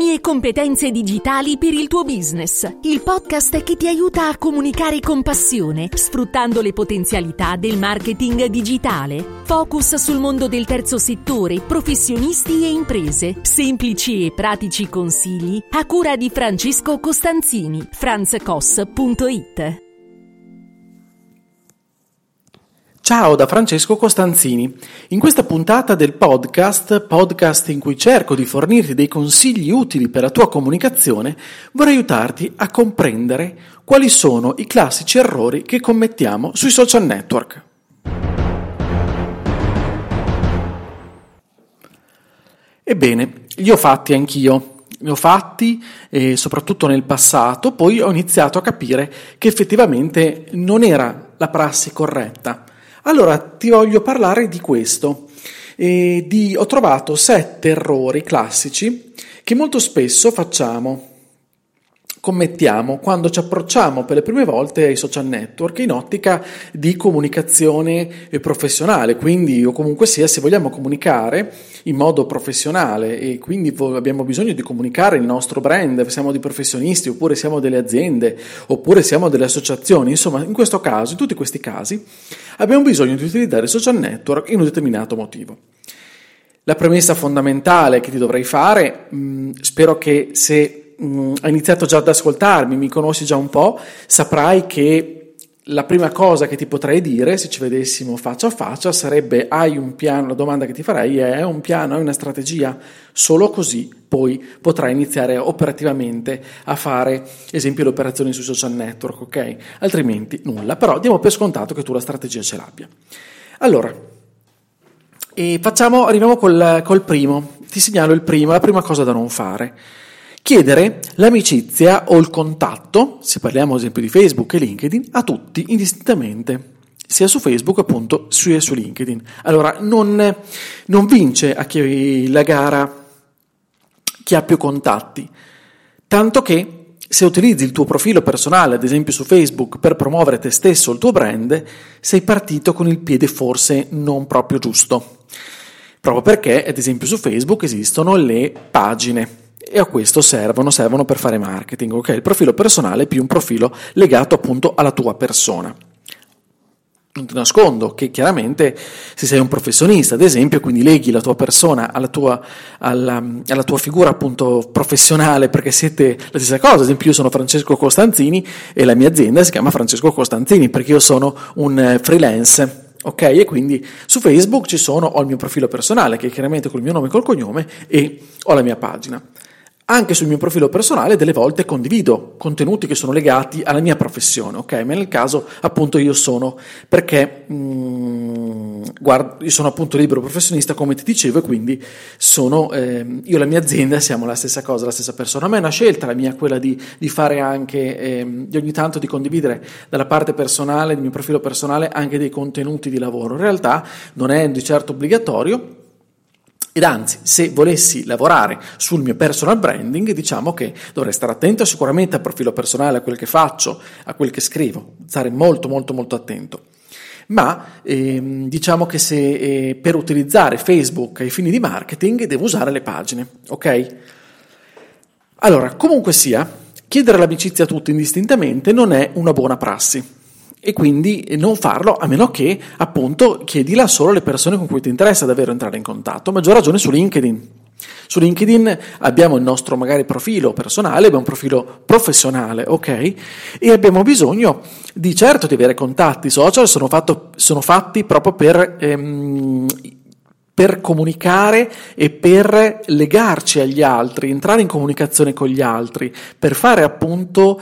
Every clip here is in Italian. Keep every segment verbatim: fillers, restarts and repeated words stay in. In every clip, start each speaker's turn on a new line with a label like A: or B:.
A: Autonomi e competenze digitali per il tuo business. Il podcast che ti aiuta a comunicare con passione, sfruttando le potenzialità del marketing digitale. Focus sul mondo del terzo settore, professionisti e imprese. Semplici e pratici consigli a cura di Francesco Costanzini. franz cos punto it.
B: Ciao da Francesco Costanzini. In questa puntata del podcast, podcast in cui cerco di fornirti dei consigli utili per la tua comunicazione, vorrei aiutarti a comprendere quali sono i classici errori che commettiamo sui social network. Ebbene, li ho fatti anch'io. Ne ho fatti eh, soprattutto nel passato, poi ho iniziato a capire che effettivamente non era la prassi corretta. Allora ti voglio parlare di questo. Eh, di, ho trovato sette errori classici che molto spesso facciamo, commettiamo quando ci approcciamo per le prime volte ai social network in ottica di comunicazione professionale, quindi o comunque sia se vogliamo comunicare in modo professionale e quindi abbiamo bisogno di comunicare il nostro brand, siamo dei professionisti oppure siamo delle aziende oppure siamo delle associazioni, insomma in questo caso, in tutti questi casi abbiamo bisogno di utilizzare i social network in un determinato motivo. La premessa fondamentale che ti dovrei fare, mh, spero che se hai iniziato già ad ascoltarmi, mi conosci già un po', saprai che la prima cosa che ti potrei dire, se ci vedessimo faccia a faccia, sarebbe: hai un piano? La domanda che ti farei è: un piano, hai una strategia? Solo così poi potrai iniziare operativamente a fare, esempio, le operazioni sui social network, ok? Altrimenti nulla, però diamo per scontato che tu la strategia ce l'abbia. Allora, e facciamo, arriviamo col, col primo, ti segnalo il primo, la prima cosa da non fare. Chiedere l'amicizia o il contatto, se parliamo ad esempio di Facebook e LinkedIn, a tutti indistintamente, sia su Facebook appunto sia su LinkedIn. Allora non, non vince a chi la gara chi ha più contatti, tanto che se utilizzi il tuo profilo personale, ad esempio su Facebook, per promuovere te stesso o il tuo brand, sei partito con il piede forse non proprio giusto, proprio perché ad esempio su Facebook esistono le pagine. E a questo servono, servono per fare marketing, ok? Il profilo personale è più un profilo legato appunto alla tua persona. Non ti nascondo che chiaramente se sei un professionista, ad esempio, quindi leghi la tua persona alla tua, alla, alla tua figura appunto professionale, perché siete la stessa cosa. Ad esempio io sono Francesco Costanzini e la mia azienda si chiama Francesco Costanzini perché io sono un freelance. Ok, e quindi su Facebook ci sono, ho il mio profilo personale che è chiaramente col mio nome e col cognome e ho la mia pagina. Anche sul mio profilo personale delle volte condivido contenuti che sono legati alla mia professione, ok? Ma nel caso appunto io sono, perché mh, guarda, io sono appunto libero professionista come ti dicevo e quindi sono, eh, io e la mia azienda siamo la stessa cosa, la stessa persona. A me è una scelta la mia quella di, di fare anche, eh, di ogni tanto di condividere dalla parte personale, del mio profilo personale, anche dei contenuti di lavoro. In realtà non è di certo obbligatorio. Ed anzi, se volessi lavorare sul mio personal branding, diciamo che dovrei stare attento sicuramente al profilo personale, a quel che faccio, a quel che scrivo, stare molto molto molto attento. Ma ehm, diciamo che se eh, per utilizzare Facebook ai fini di marketing devo usare le pagine, ok? Allora, comunque sia, chiedere l'amicizia a tutti indistintamente non è una buona prassi. E quindi non farlo a meno che appunto chiedila solo alle persone con cui ti interessa davvero entrare in contatto. Maggior ragione su LinkedIn. Su LinkedIn abbiamo il nostro magari profilo personale, abbiamo un profilo professionale, ok? E abbiamo bisogno di certo di avere contatti. I social sono, fatto, sono fatti proprio per... Ehm, per comunicare e per legarci agli altri, entrare in comunicazione con gli altri, per fare appunto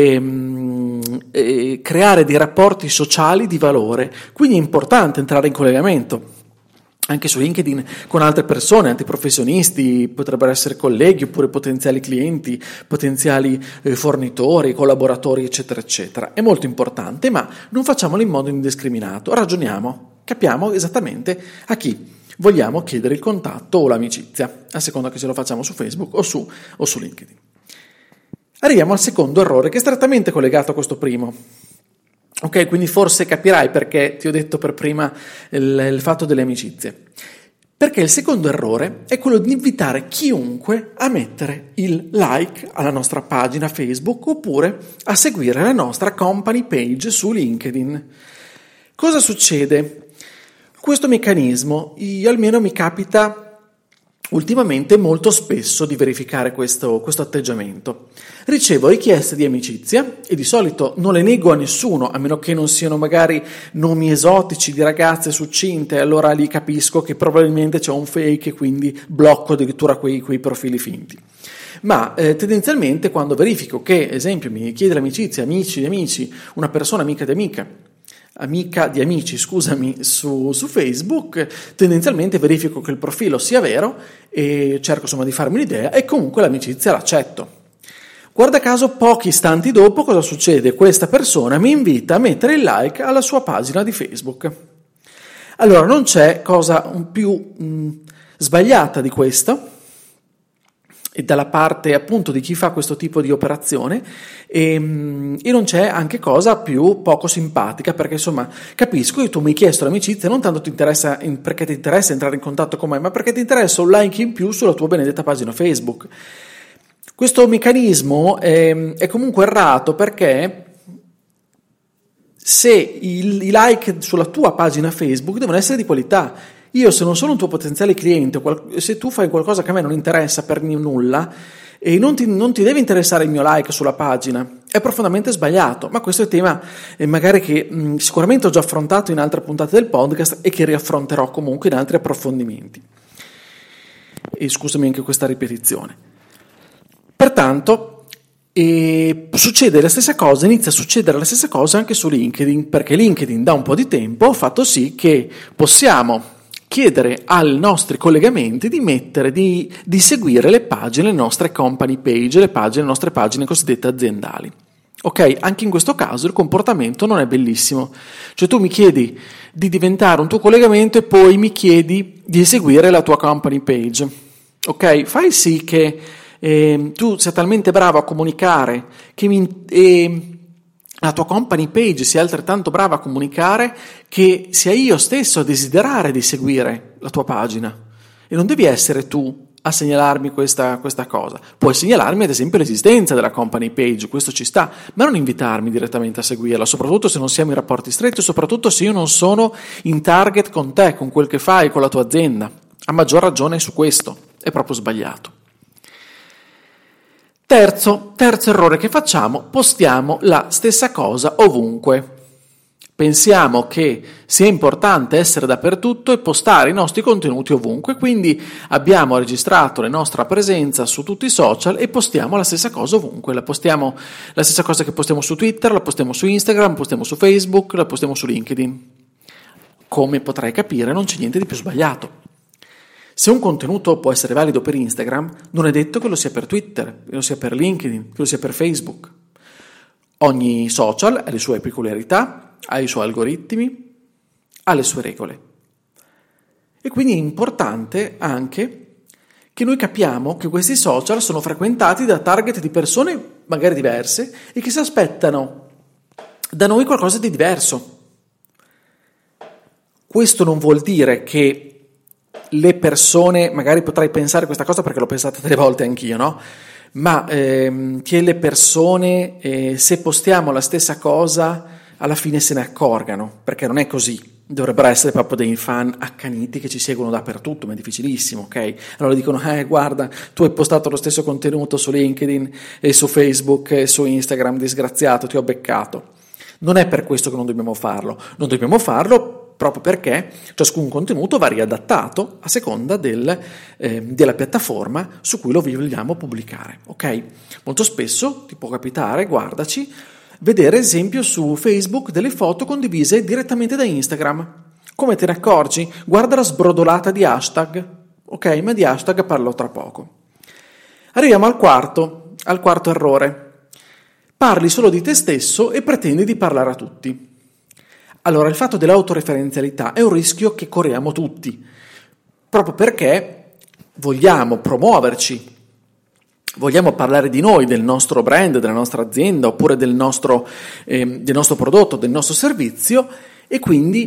B: ehm, eh, creare dei rapporti sociali di valore. Quindi è importante entrare in collegamento anche su LinkedIn con altre persone, altri professionisti, potrebbero essere colleghi oppure potenziali clienti, potenziali eh, fornitori, collaboratori, eccetera, eccetera. È molto importante, ma non facciamolo in modo indiscriminato. Ragioniamo, capiamo esattamente a chi vogliamo chiedere il contatto o l'amicizia, a seconda che se lo facciamo su Facebook o su, o su LinkedIn. Arriviamo al secondo errore, che è strettamente collegato a questo primo. Ok, quindi forse capirai perché ti ho detto per prima il, il fatto delle amicizie. Perché il secondo errore è quello di invitare chiunque a mettere il like alla nostra pagina Facebook oppure a seguire la nostra company page su LinkedIn. Cosa succede? Questo meccanismo, io almeno mi capita ultimamente molto spesso di verificare questo, questo atteggiamento. Ricevo richieste di amicizia e di solito non le nego a nessuno, a meno che non siano magari nomi esotici di ragazze succinte, allora lì capisco che probabilmente c'è un fake e quindi blocco addirittura quei, quei profili finti. Ma eh, tendenzialmente quando verifico che, esempio, mi chiede l'amicizia, amici di amici, una persona amica di amica, amica di amici, scusami, su, su Facebook, tendenzialmente verifico che il profilo sia vero e cerco insomma di farmi l'idea e comunque l'amicizia l'accetto. Guarda caso, pochi istanti dopo cosa succede? Questa persona mi invita a mettere il like alla sua pagina di Facebook. Allora non c'è cosa più mh, sbagliata di questo, e dalla parte appunto di chi fa questo tipo di operazione e, e non c'è anche cosa più poco simpatica, perché insomma capisco che tu mi hai chiesto l'amicizia non tanto ti interessa in, perché ti interessa entrare in contatto con me, ma perché ti interessa un like in più sulla tua benedetta pagina Facebook. Questo meccanismo è, è comunque errato, perché se il, i like sulla tua pagina Facebook devono essere di qualità. Io se non sono un tuo potenziale cliente, se tu fai qualcosa che a me non interessa per nulla e non ti, non ti deve interessare il mio like sulla pagina, è profondamente sbagliato. Ma questo è un tema eh, magari che mh, sicuramente ho già affrontato in altre puntate del podcast e che riaffronterò comunque in altri approfondimenti. E scusami anche questa ripetizione. Pertanto e succede la stessa cosa, inizia a succedere la stessa cosa anche su LinkedIn, perché LinkedIn da un po' di tempo ha fatto sì che possiamo chiedere ai nostri collegamenti di mettere, di, di seguire le pagine, le nostre company page, le pagine, le nostre pagine cosiddette aziendali. Ok, anche in questo caso il comportamento non è bellissimo. Cioè tu mi chiedi di diventare un tuo collegamento e poi mi chiedi di eseguire la tua company page. Ok, fai sì che eh, tu sia talmente bravo a comunicare che mi... Eh, la tua company page sia altrettanto brava a comunicare che sia io stesso a desiderare di seguire la tua pagina. E non devi essere tu a segnalarmi questa, questa cosa. Puoi segnalarmi ad esempio l'esistenza della company page, questo ci sta, ma non invitarmi direttamente a seguirla, soprattutto se non siamo in rapporti stretti, soprattutto se io non sono in target con te, con quel che fai, con la tua azienda. A maggior ragione su questo, è proprio sbagliato. Terzo, terzo errore che facciamo, postiamo la stessa cosa ovunque. Pensiamo che sia importante essere dappertutto e postare i nostri contenuti ovunque, quindi abbiamo registrato la nostra presenza su tutti i social e postiamo la stessa cosa ovunque. La postiamo la stessa cosa che postiamo su Twitter, la postiamo su Instagram, la postiamo su Facebook, la postiamo su LinkedIn. Come potrai capire, non c'è niente di più sbagliato. Se un contenuto può essere valido per Instagram, non è detto che lo sia per Twitter, che lo sia per LinkedIn, che lo sia per Facebook. Ogni social ha le sue peculiarità, ha i suoi algoritmi, ha le sue regole. E quindi è importante anche che noi capiamo che questi social sono frequentati da target di persone magari diverse e che si aspettano da noi qualcosa di diverso. Questo non vuol dire che le persone, magari potrai pensare questa cosa perché l'ho pensata delle volte anch'io, no? Ma ehm, che le persone, eh, se postiamo la stessa cosa, alla fine se ne accorgano, perché non è così. Dovrebbero essere proprio dei fan accaniti che ci seguono dappertutto, ma è difficilissimo, ok? Allora dicono, eh guarda, tu hai postato lo stesso contenuto su LinkedIn e su Facebook e su Instagram, disgraziato, ti ho beccato. Non è per questo che non dobbiamo farlo, non dobbiamo farlo proprio perché ciascun contenuto va riadattato a seconda del, eh, della piattaforma su cui lo vogliamo pubblicare, ok? Molto spesso ti può capitare, guardaci, vedere esempio su Facebook delle foto condivise direttamente da Instagram. Come te ne accorgi? Guarda la sbrodolata di hashtag, ok? Ma di hashtag parlo tra poco. Arriviamo al quarto, al quarto errore. Parli solo di te stesso e pretendi di parlare a tutti. Allora, il fatto dell'autoreferenzialità è un rischio che corriamo tutti, proprio perché vogliamo promuoverci, vogliamo parlare di noi, del nostro brand, della nostra azienda, oppure del nostro, eh, del nostro prodotto, del nostro servizio, e quindi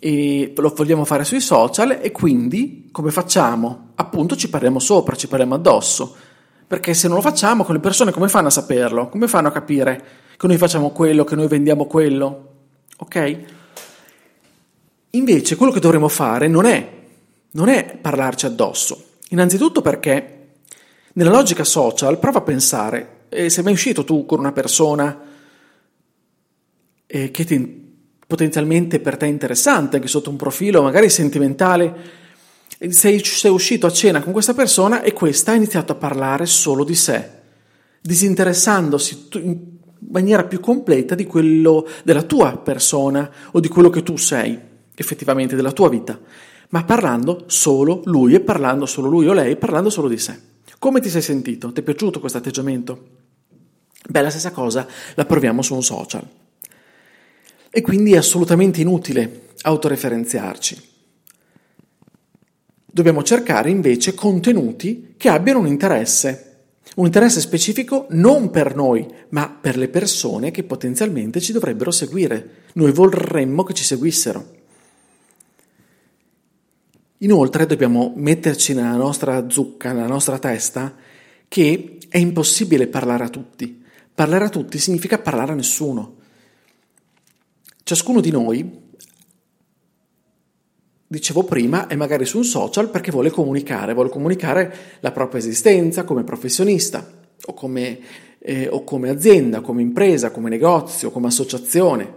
B: e lo vogliamo fare sui social e quindi come facciamo? Appunto ci parliamo sopra, ci parliamo addosso, perché se non lo facciamo con le persone come fanno a saperlo? Come fanno a capire che noi facciamo quello, che noi vendiamo quello? Ok? Invece quello che dovremmo fare non è, non è parlarci addosso, innanzitutto perché nella logica social prova a pensare, eh, sei mai uscito tu con una persona eh, che ti potenzialmente per te interessante, anche sotto un profilo magari sentimentale, sei, sei uscito a cena con questa persona e questa ha iniziato a parlare solo di sé, disinteressandosi in maniera più completa di quello della tua persona o di quello che tu sei effettivamente, della tua vita, ma parlando solo lui e parlando solo lui o lei, parlando solo di sé. Come ti sei sentito? Ti è piaciuto questo atteggiamento? Beh, la stessa cosa la proviamo su un social. E quindi è assolutamente inutile autoreferenziarci. Dobbiamo cercare invece contenuti che abbiano un interesse, un interesse specifico non per noi, ma per le persone che potenzialmente ci dovrebbero seguire. Noi vorremmo che ci seguissero. Inoltre dobbiamo metterci nella nostra zucca, nella nostra testa, che è impossibile parlare a tutti. Parlare a tutti significa parlare a nessuno. Ciascuno di noi, dicevo prima, è magari su un social perché vuole comunicare, vuole comunicare la propria esistenza come professionista o come, eh, o come azienda, come impresa, come negozio, come associazione.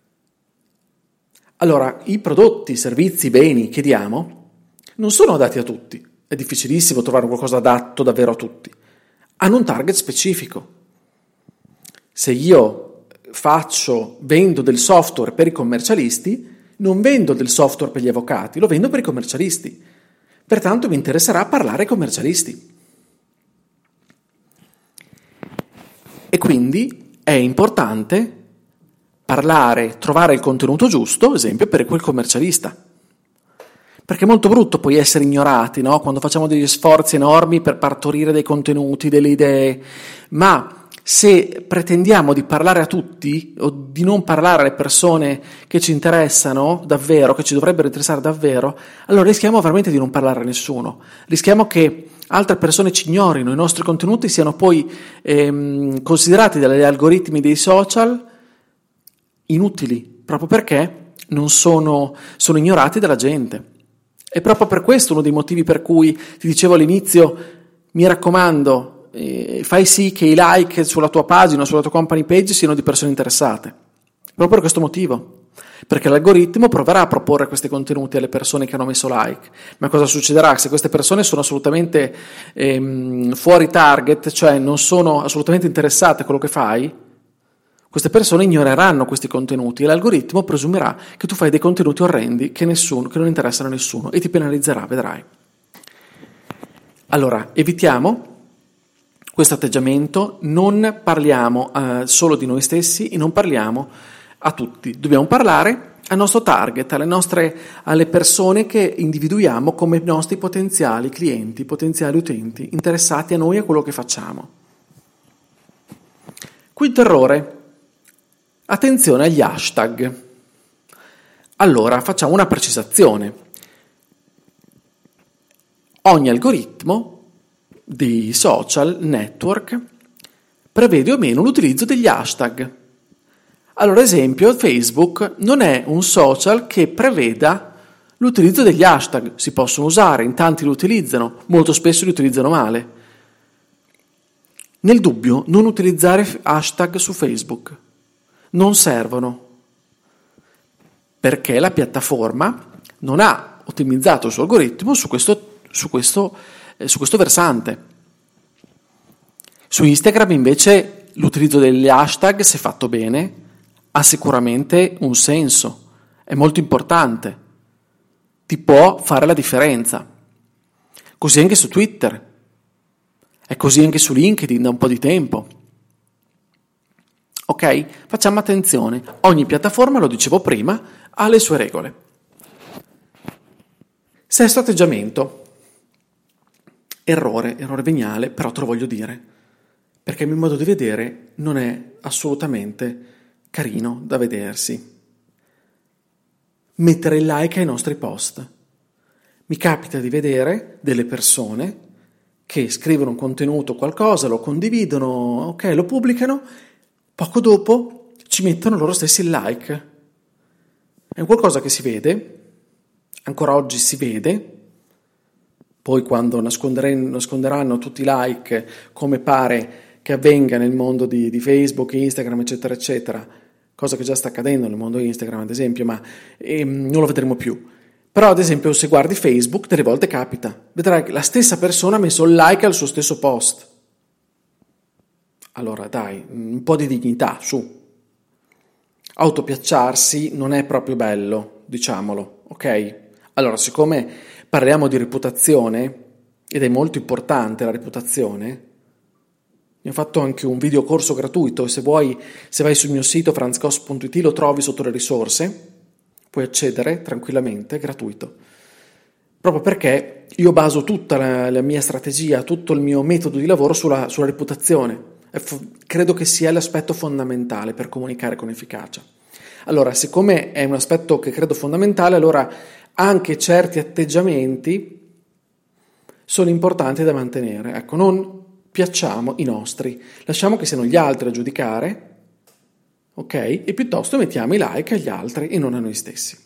B: Allora, i prodotti, i servizi, i beni che diamo non sono adatti a tutti, è difficilissimo trovare qualcosa adatto davvero a tutti, hanno un target specifico. Se io faccio, vendo del software per i commercialisti, non vendo del software per gli avvocati, lo vendo per i commercialisti. Pertanto mi interesserà parlare ai commercialisti. E quindi è importante parlare, trovare il contenuto giusto, ad esempio, per quel commercialista. Perché è molto brutto poi essere ignorati, no? Quando facciamo degli sforzi enormi per partorire dei contenuti, delle idee, ma se pretendiamo di parlare a tutti o di non parlare alle persone che ci interessano davvero, che ci dovrebbero interessare davvero, allora rischiamo veramente di non parlare a nessuno. Rischiamo che altre persone ci ignorino, i nostri contenuti siano poi ehm, considerati dagli algoritmi dei social inutili, proprio perché non sono, sono ignorati dalla gente. E proprio per questo uno dei motivi per cui ti dicevo all'inizio, mi raccomando, Eh, fai sì che i like sulla tua pagina, sulla tua company page siano di persone interessate, proprio per questo motivo, perché l'algoritmo proverà a proporre questi contenuti alle persone che hanno messo like. Ma cosa succederà? Se queste persone sono assolutamente ehm, fuori target, cioè non sono assolutamente interessate a quello che fai, queste persone ignoreranno questi contenuti e l'algoritmo presumerà che tu fai dei contenuti orrendi che, nessuno, che non interessano a nessuno e ti penalizzerà, vedrai. Allora, evitiamo questo atteggiamento, non parliamo uh, solo di noi stessi e non parliamo a tutti. Dobbiamo parlare al nostro target, alle nostre, alle persone che individuiamo come nostri potenziali clienti, potenziali utenti, interessati a noi e a quello che facciamo. Quinto errore, attenzione agli hashtag. Allora, facciamo una precisazione. Ogni algoritmo dei social network prevede o meno l'utilizzo degli hashtag. Allora, ad esempio, Facebook non è un social che preveda l'utilizzo degli hashtag. Si possono usare, in tanti li utilizzano, molto spesso li utilizzano male. Nel dubbio, non utilizzare hashtag su Facebook. Non servono, perché la piattaforma non ha ottimizzato il suo algoritmo su questo, su questo su questo versante. Su Instagram invece l'utilizzo degli hashtag, se fatto bene, ha sicuramente un senso, è molto importante, ti può fare la differenza. Così anche su Twitter, è così anche su LinkedIn da un po' di tempo. Ok? Facciamo attenzione, ogni piattaforma, lo dicevo prima, ha le sue regole. Sesto atteggiamento. Errore, errore veniale, però te lo voglio dire, perché il mio modo di vedere non è assolutamente carino da vedersi. mettere il like ai nostri post. Mi capita di vedere delle persone che scrivono un contenuto, qualcosa, lo condividono, ok, lo pubblicano, poco dopo ci mettono loro stessi il like. È un qualcosa che si vede, ancora oggi si vede, poi quando nasconderanno tutti i like, come pare che avvenga nel mondo di, di Facebook, Instagram, eccetera, eccetera, cosa che già sta accadendo nel mondo di Instagram, ad esempio, ma ehm, non lo vedremo più. Però, ad esempio, se guardi Facebook, delle volte capita. Vedrai che la stessa persona ha messo il like al suo stesso post. Allora, dai, un po' di dignità, su. Autopiacciarsi non è proprio bello, diciamolo, ok? Allora, siccome parliamo di reputazione, ed è molto importante la reputazione, mi ho fatto anche un video corso gratuito, se vuoi, se vai sul mio sito franz cos punto it lo trovi sotto le risorse, puoi accedere tranquillamente, gratuito, proprio perché io baso tutta la, la mia strategia, tutto il mio metodo di lavoro sulla, sulla reputazione. F- credo che sia l'aspetto fondamentale per comunicare con efficacia. Allora, siccome è un aspetto che credo fondamentale, allora anche certi atteggiamenti sono importanti da mantenere. Ecco, non piacciamo i nostri, lasciamo che siano gli altri a giudicare, ok? E piuttosto mettiamo i like agli altri e non a noi stessi.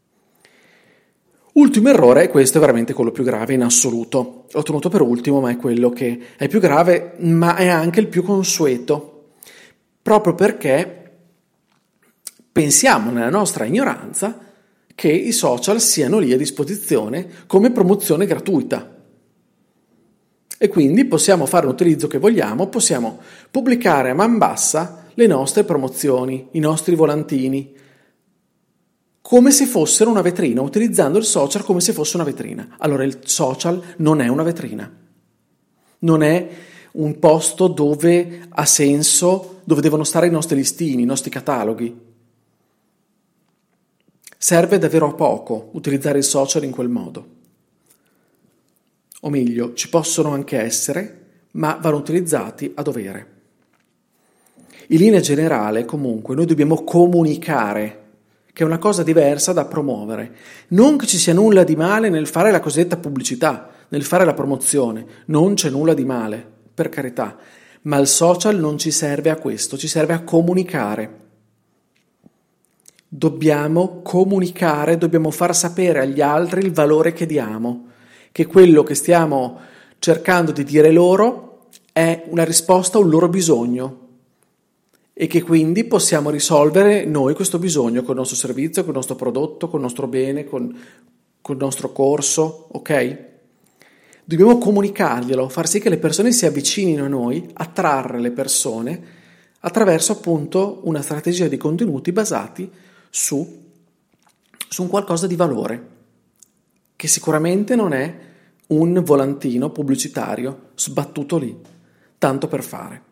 B: Ultimo errore, e questo è veramente quello più grave in assoluto. L'ho tenuto per ultimo, ma è quello che è più grave, ma è anche il più consueto, proprio perché pensiamo nella nostra ignoranza che i social siano lì a disposizione come promozione gratuita. E quindi possiamo fare un utilizzo che vogliamo, possiamo pubblicare a man bassa le nostre promozioni, i nostri volantini, come se fossero una vetrina, utilizzando il social come se fosse una vetrina. Allora il social non è una vetrina, non è un posto dove ha senso, dove devono stare i nostri listini, i nostri cataloghi. Serve davvero a poco utilizzare il social in quel modo. O meglio, ci possono anche essere, ma vanno utilizzati a dovere. In linea generale, comunque, noi dobbiamo comunicare, che è una cosa diversa da promuovere. Non che ci sia nulla di male nel fare la cosiddetta pubblicità, nel fare la promozione, non c'è nulla di male, per carità, ma il social non ci serve a questo, ci serve a comunicare. Dobbiamo comunicare, dobbiamo far sapere agli altri il valore che diamo, che quello che stiamo cercando di dire loro è una risposta a un loro bisogno e che quindi possiamo risolvere noi questo bisogno con il nostro servizio, con il nostro prodotto, con il nostro bene, con, con il nostro corso, ok? Dobbiamo comunicarglielo, far sì che le persone si avvicinino a noi, attrarre le persone attraverso appunto una strategia di contenuti basati su, su un qualcosa di valore, che sicuramente non è un volantino pubblicitario sbattuto lì, tanto per fare.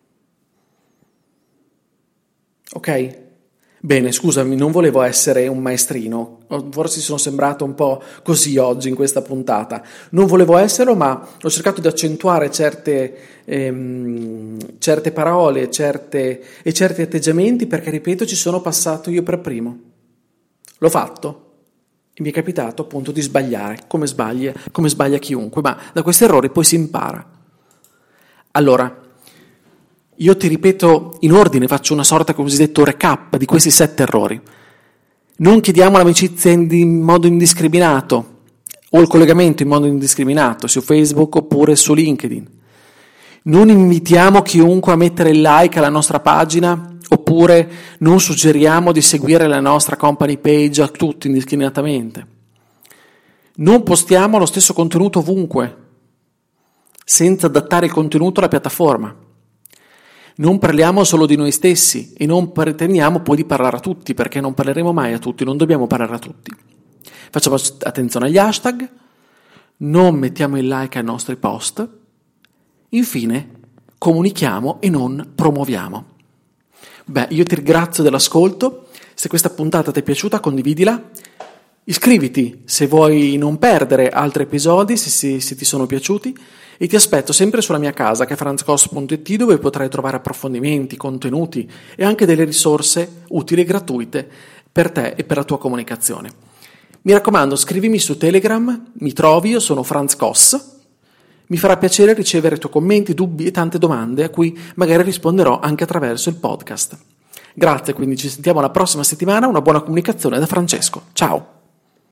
B: Ok? Bene, scusami, non volevo essere un maestrino, forse sono sembrato un po' così oggi in questa puntata. Non volevo esserlo, ma ho cercato di accentuare certe, ehm, certe parole certe, e certi atteggiamenti perché, ripeto, ci sono passato io per primo. L'ho fatto e mi è capitato appunto di sbagliare, come sbaglia, come sbaglia chiunque, ma da questi errori poi si impara. Allora, io ti ripeto in ordine, faccio una sorta cosiddetto recap di questi sette errori. Non chiediamo l'amicizia in modo indiscriminato o il collegamento in modo indiscriminato su Facebook oppure su LinkedIn. Non invitiamo chiunque a mettere il like alla nostra pagina oppure non suggeriamo di seguire la nostra company page a tutti indiscriminatamente. Non postiamo lo stesso contenuto ovunque, senza adattare il contenuto alla piattaforma. Non parliamo solo di noi stessi e non pretendiamo poi di parlare a tutti, perché non parleremo mai a tutti, non dobbiamo parlare a tutti. Facciamo attenzione agli hashtag, non mettiamo il like ai nostri post, infine comunichiamo e non promuoviamo. Beh, io ti ringrazio dell'ascolto, se questa puntata ti è piaciuta condividila, iscriviti se vuoi non perdere altri episodi, se, se, se ti sono piaciuti, e ti aspetto sempre sulla mia casa che è franz cos punto it, dove potrai trovare approfondimenti, contenuti e anche delle risorse utili e gratuite per te e per la tua comunicazione. Mi raccomando, scrivimi su Telegram, mi trovi, io sono Franz Koss. Mi farà piacere ricevere i tuoi commenti, dubbi e tante domande a cui magari risponderò anche attraverso il podcast. Grazie, quindi ci sentiamo la prossima settimana, una buona comunicazione da Francesco. Ciao!